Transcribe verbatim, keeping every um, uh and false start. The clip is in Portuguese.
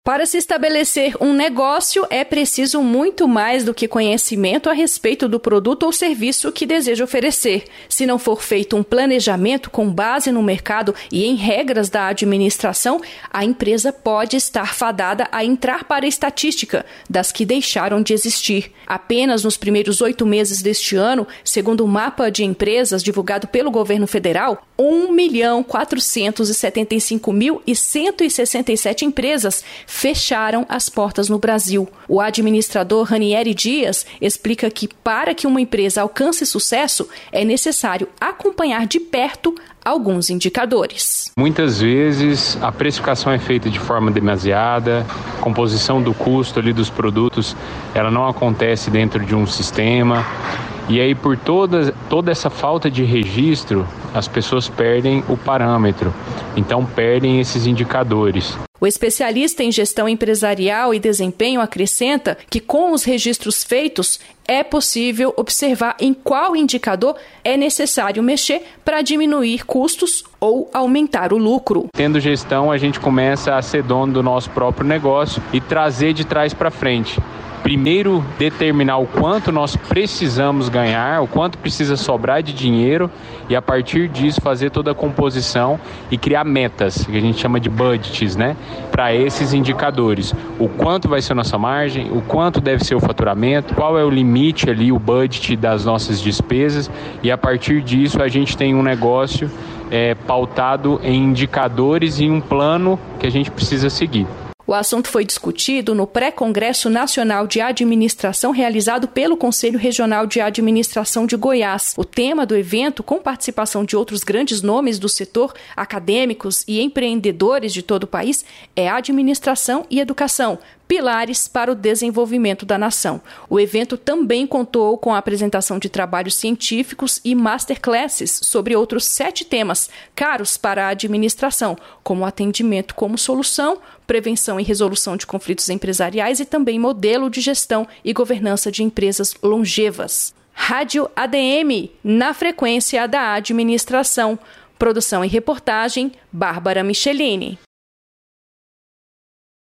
Para se estabelecer um negócio, é preciso muito mais do que conhecimento a respeito do produto ou serviço que deseja oferecer. Se não for feito um planejamento com base no mercado e em regras da administração, a empresa pode estar fadada a entrar para a estatística das que deixaram de existir. Apenas nos primeiros oito meses deste ano, segundo o mapa de empresas divulgado pelo governo federal, um milhão quatrocentos e setenta e cinco mil e cento e sessenta e sete empresas fecharam as portas no Brasil. O administrador Ranieri Dias explica que para que uma empresa alcance sucesso, é necessário acompanhar de perto alguns indicadores. Muitas vezes a precificação é feita de forma demasiada, a composição do custo ali dos produtos, ela não acontece dentro de um sistema. E aí, por toda, toda essa falta de registro, as pessoas perdem o parâmetro, então perdem esses indicadores. O especialista em gestão empresarial e desempenho acrescenta que, com os registros feitos, é possível observar em qual indicador é necessário mexer para diminuir custos ou aumentar o lucro. Tendo gestão, a gente começa a ser dono do nosso próprio negócio e trazer de trás para frente. Primeiro, determinar o quanto nós precisamos ganhar, o quanto precisa sobrar de dinheiro e, a partir disso, fazer toda a composição e criar metas, que a gente chama de budgets, né? Para esses indicadores. O quanto vai ser a nossa margem, o quanto deve ser o faturamento, qual é o limite ali, o budget das nossas despesas e, a partir disso, a gente tem um negócio é, pautado em indicadores e um plano que a gente precisa seguir. O assunto foi discutido no Pré-Congresso Nacional de Administração realizado pelo Conselho Regional de Administração de Goiás. O tema do evento, com participação de outros grandes nomes do setor, acadêmicos e empreendedores de todo o país, é administração e educação, pilares para o desenvolvimento da nação. O evento também contou com a apresentação de trabalhos científicos e masterclasses sobre outros sete temas caros para a administração, como atendimento como solução, prevenção e resolução de conflitos empresariais e também modelo de gestão e governança de empresas longevas. Rádio A D M, na frequência da administração. Produção e reportagem, Bárbara Michelini.